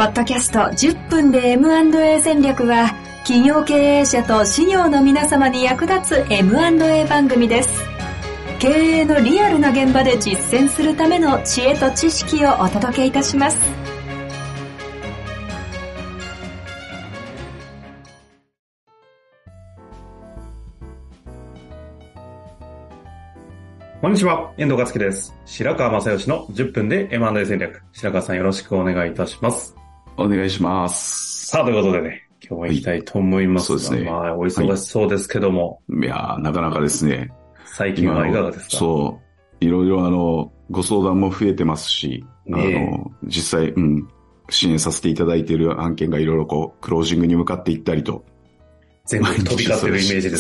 ポッドキャスト10分で M&A 戦略は、企業経営者と事業の皆様に役立つ M&A 番組です。経営のリアルな現場で実践するための知恵と知識をお届けいたします。 こんにちは、遠藤和樹です。白川正義の10分で M&A 戦略。白川さんよろしくお願いいたします。 お願いします。 さあ、ということでね、今日も行きたいと思いますが、 そうですね。 まあ、お忙しそうですけども。 いやー、なかなかですね。 最近はいかがですか？ そう。いろいろご相談も増えてますし、実際、支援させていただいている案件がいろいろクロージングに向かっていったりと。 全部飛び交ってるイメージです。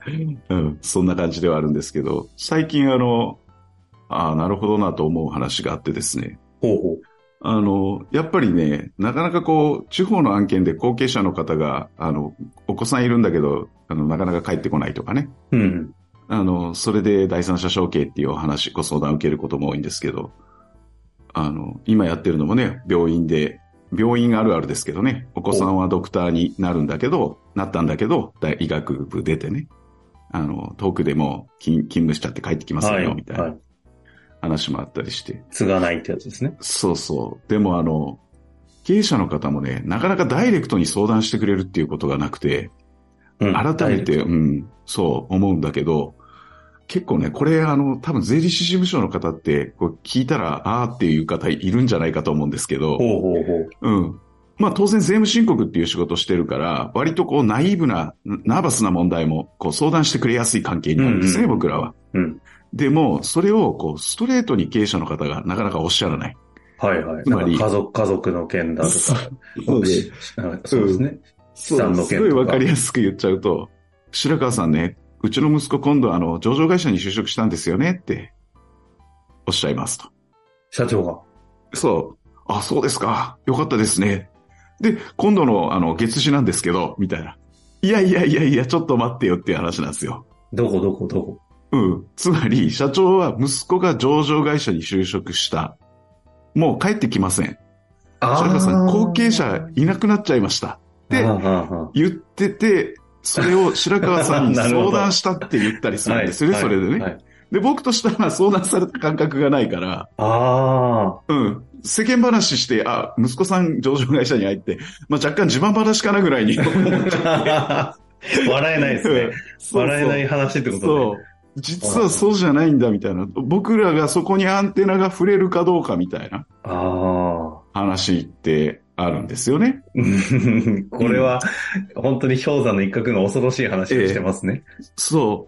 そんな感じではあるんですけど、最近なるほどなと思う話があってですね。やっぱりね、なかなか地方の案件で後継者の方が、お子さんいるんだけど、なかなか帰ってこないとかね。それで第三者承継っていうお話、ご相談を受けることも多いんですけど、今やってるのもね、病院あるあるですけどね、お子さんはドクターになったんだけど、医学部出てね、遠くでも勤務しちゃって帰ってきますよ、みたいな話もあったりして。 継がないってやつですね。 そうそう。でも経営者の方もね、なかなかダイレクトに相談してくれるっていうことがなくて、改めて、そう思うんだけど、結構ね、これ多分税理士事務所の方って聞いたら、あーっていう方いるんじゃないかと思うんですけど、まあ当然税務申告っていう仕事してるから、割とナイーブな、ナーバスな問題も相談してくれやすい関係になるんですね、僕らは。でも、それをストレートに経営者の方がなかなかおっしゃらない。 つまり家族の件だとか。そうですね。資産の件とか。 すごいわかりやすく言っちゃうと、白川さんね、うちの息子今度上場会社に就職したんですよねっておっしゃいますと。 社長が。 そう。あ、そうですか。よかったですね。で、今度の月次なんですけど、みたいな。いや、ちょっと待ってよっていう話なんですよ。 どこつまり、社長は息子が上場会社に就職した。もう帰ってきません。白川さん、後継者いなくなっちゃいました。って言ってて、それを白川さんに相談したって言ったりするんですよね、それでね。で、僕としたら相談された感覚がないから、世間話して、息子さん上場会社に入って、まあ、若干自慢話かなぐらいに思っちゃって。 笑えないですね。笑えない話ってことで。 そう。実はそうじゃないんだみたいな。僕らがそこにアンテナが触れるかどうかみたいな。話ってあるんですよね。 これは、本当に氷山の一角の恐ろしい話をしてますね。 そう。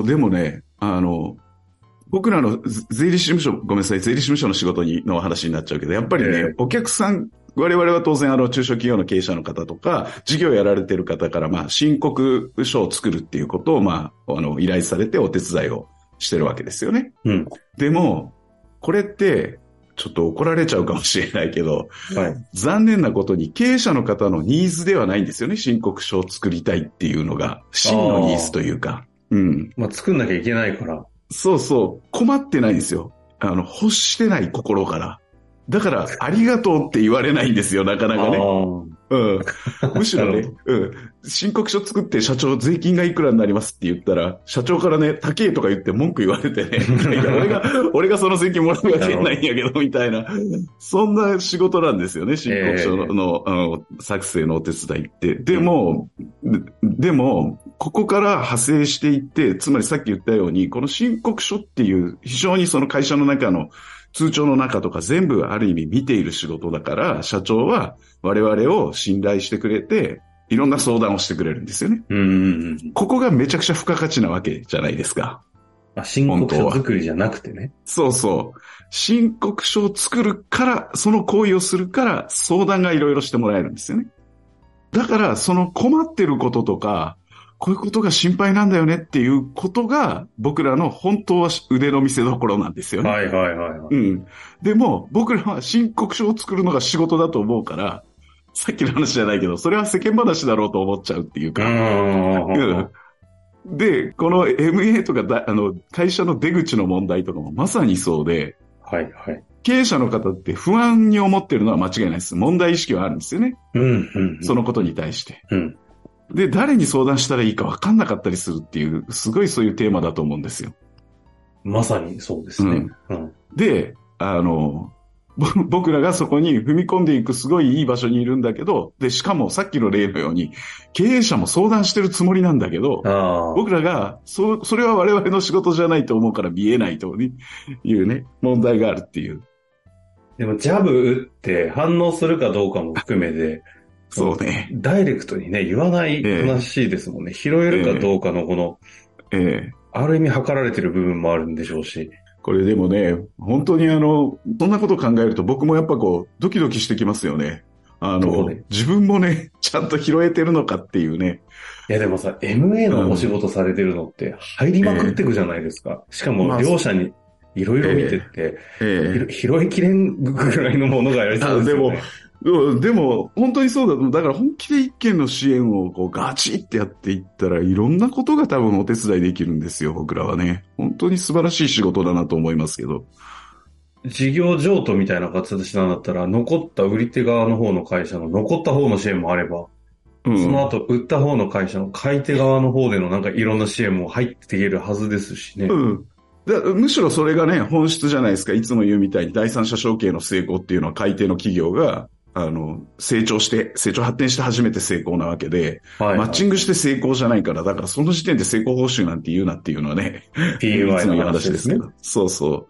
でもね、僕らの税理士事務所、ごめんなさい、税理士事務所の仕事の話になっちゃうけど、やっぱりね、お客さん、我々は当然中小企業の経営者の方とか、事業やられてる方から、まあ、申告書を作るっていうことを、まあ、依頼されてお手伝いをしてるわけですよね。でも、これって、ちょっと怒られちゃうかもしれないけど、残念なことに経営者の方のニーズではないんですよね。申告書を作りたいっていうのが、真のニーズというか。 まあ、作んなきゃいけないから。 そうそう。困ってないんですよ。欲してない心から。だから、ありがとうって言われないんですよ、なかなかね。むしろね、申告書作って社長税金がいくらになりますって言ったら、社長からね、高えとか言って文句言われてね、俺がその税金もらうわけないんやけど、みたいな。そんな仕事なんですよね、申告書の、作成のお手伝いって。でも、ここから派生していって、つまりさっき言ったように、この申告書っていう非常にその会社の中の通帳の中とか全部ある意味見ている仕事だから、社長は我々を信頼してくれて、いろんな相談をしてくれるんですよね。ここがめちゃくちゃ付加価値なわけじゃないですか。 申告書作りじゃなくてね。 そうそう。申告書を作るから、その行為をするから相談がいろいろしてもらえるんですよね。だから、その困ってることとか、こういうことが心配なんだよねっていうことが僕らの本当は腕の見せ所なんですよね。でも僕らは申告書を作るのが仕事だと思うから、さっきの話じゃないけど、それは世間話だろうと思っちゃうっていうか。で、この MA とか会社の出口の問題とかもまさにそうで、 経営者の方って不安に思ってるのは間違いないです。問題意識はあるんですよね。そのことに対して。で、誰に相談したらいいか分かんなかったりするっていう、すごいそういうテーマだと思うんですよ。 まさにそうですね。 で、僕らがそこに踏み込んでいくすごいいい場所にいるんだけど、で、しかもさっきの例のように、経営者も相談してるつもりなんだけど、僕らが、それは我々の仕事じゃないと思うから見えないというね、問題があるっていう。 でも、ジャブ打って反応するかどうかも含めて、 そうね。 ダイレクトにね、言わない話ですもんね。拾えるかどうかのこの、ある意味測られてる部分もあるんでしょうし。 これでもね、本当にそんなことを考えると僕もやっぱこう、ドキドキしてきますよね。自分もね、ちゃんと拾えてるのかっていうね。 いやでもさ、MA のお仕事されてるのって入りまくってくじゃないですか。しかも両者にいろいろ見てって、拾いきれんぐらいのものがやりそうですよね。 でも、本当にそうだ。だから本気で一件の支援をこうガチってやっていったらいろんなことが多分お手伝いできるんですよ、僕らはね。本当に素晴らしい仕事だなと思いますけど。 事業譲渡みたいな形なんだったら、残った売り手側の方の会社の残った方の支援もあれば、その後売った方の会社の買い手側の方でのなんかいろんな支援も入っていけるはずですしね。 むしろそれがね、本質じゃないですか。いつも言うみたいに第三者承継の成功っていうのは買い手の企業が、成長発展して初めて成功なわけで、マッチングして成功じゃないから、だからその時点で成功報酬なんて言うなっていうのはね、 PUI の話ですけど。そうそう。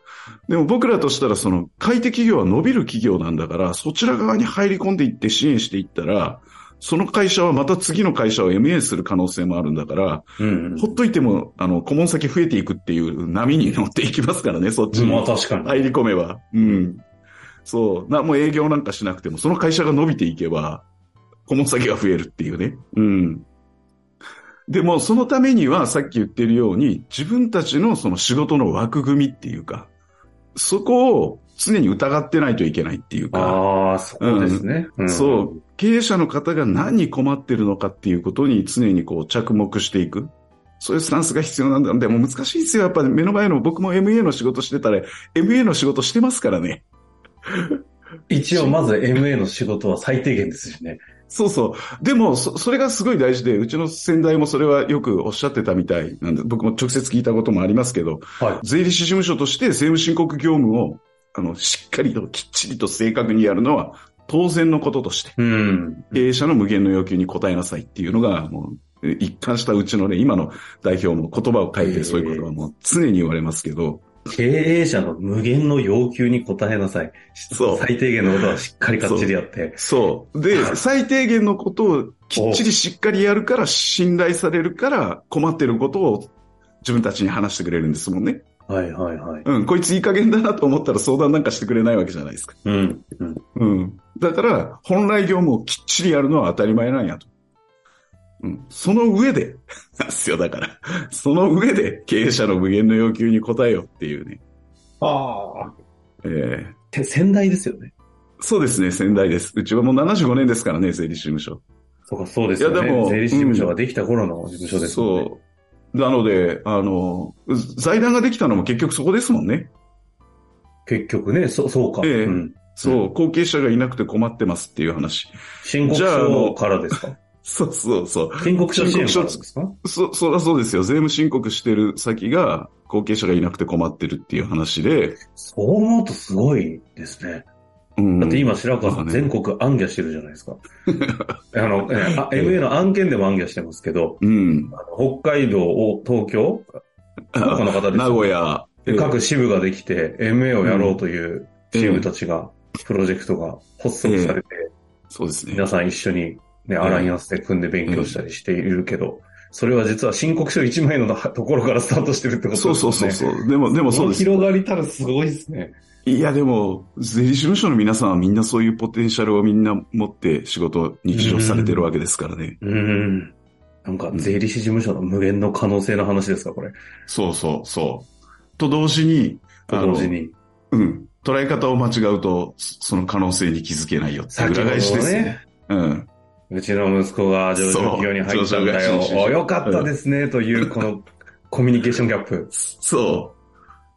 でも僕らとしたら買い手企業は伸びる企業なんだから、そちら側に入り込んでいって支援していったら、その会社はまた次の会社を MA する可能性もあるんだから、ほっといても、顧問先増えていくっていう波に乗っていきますからね、そっちに。 確かに。 入り込めば。そう。もう営業なんかしなくても、その会社が伸びていけば、顧問先が増えるっていうね。でも、そのためには、さっき言ってるように、自分たちのその仕事の枠組みっていうか、そこを常に疑ってないといけないっていうか。 そうですね。 そう。経営者の方が何に困ってるのかっていうことに常にこう着目していく。そういうスタンスが必要なんだ。でも難しいですよ。やっぱり目の前の僕も MA の仕事してたら、MA の仕事してますからね。 一応まず MA の仕事は最低限ですしね。 そうそう。でもそれがすごい大事で、うちの先代もそれはよくおっしゃってたみたいなんで、僕も直接聞いたこともありますけど、税理士事務所として税務申告業務をしっかりときっちりと正確にやるのは当然のこととして、経営者の無限の要求に応えなさいっていうのがもう一貫したうちのね、今の代表も言葉を変えてそういうことはもう常に言われますけど、 経営者の無限の要求に応えなさい。そう。最低限のことはしっかりかっちりやって。 そう。で、最低限のことをきっちりしっかりやるから信頼されるから困ってることを自分たちに話してくれるんですもんね。こいついい加減だなと思ったら相談なんかしてくれないわけじゃないですか。だから、本来業務をきっちりやるのは当たり前なんやと。その上で、なんですよ、だから。その上で経営者の無限の要求に応えよっていうね。 先代ですよね。 そうですね、先代です。うちはもう75年ですからね、税理士事務所。 そうですよね。いや、でも税理士事務所ができた頃の事務所ですもんね。 そう。なので、財団ができたのも結局そこですもんね。 結局ね、そうか。 そう、後継者がいなくて困ってますっていう話。 申告書からですか？ そう。 申告書支援からですか？ そうですよ。税務申告してる先が後継者がいなくて困ってるっていう話で。 そう思うとすごいですね。だって今白川さん全国暗記してるじゃないですか。MA の案件でも暗記してますけど、北海道、東京、福岡の方です。 名古屋。 各支部ができて MA をやろうというチームたちが、プロジェクトが発足されて、 そうですね。 皆さん一緒にね、アライアンスで組んで勉強したりしているけど、それは実は申告書1枚のところからスタートしてるってことですね。 そう。でもそうです。 広がりたらすごいですね。 いやでも、税理士事務所の皆さんはみんなそういうポテンシャルをみんな持って仕事、日常されてるわけですからね。 なんか税理士事務所の無限の可能性の話ですか、これ。 そう。と同時に、捉え方を間違うと、その可能性に気づけないよって裏返しですね。 うちの息子が上場企業に入ったんだよ。よかったですね、という、このコミュニケーションギャップ。 そ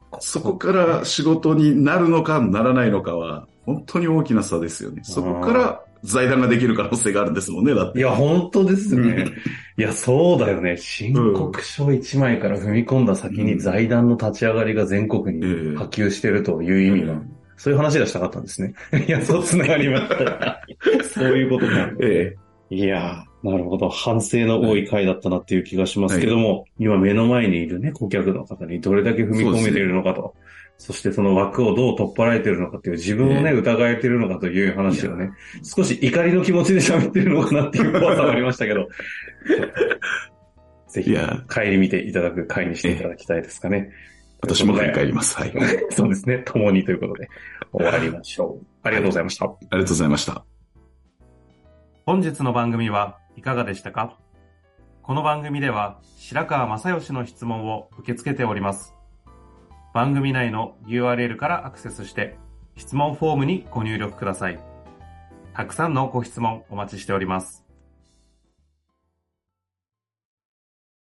そこから仕事になるのかならないのかは、本当に大きな差ですよね。そこから財団ができる可能性があるんですもんね、だって。 いや、本当ですね。いや、そうだよね。申告書1枚から踏み込んだ先に財団の立ち上がりが全国に波及してるという意味が、そういう話がしたかったんですね。いや、そう繋がりました。そういうことか。いやー、なるほど。反省の多い回だったなっていう気がしますけども、今目の前にいるね、顧客の方にどれだけ踏み込めているのかと。そしてその枠をどう取っ払えているのかっていう自分をね、疑えているのかという話をね、少し怒りの気持ちで喋ってるのかなっていう怖さがありましたけど、ぜひ帰り見ていただく回にしていただきたいですかね。 私も帰ります。はい。 そうですね。共にということで終わりましょう。ありがとうございました。 ありがとうございました。 本日の番組はいかがでしたか？この番組では白川正義の質問を受け付けております。番組内の URL からアクセスして質問フォームにご入力ください。たくさんのご質問お待ちしております。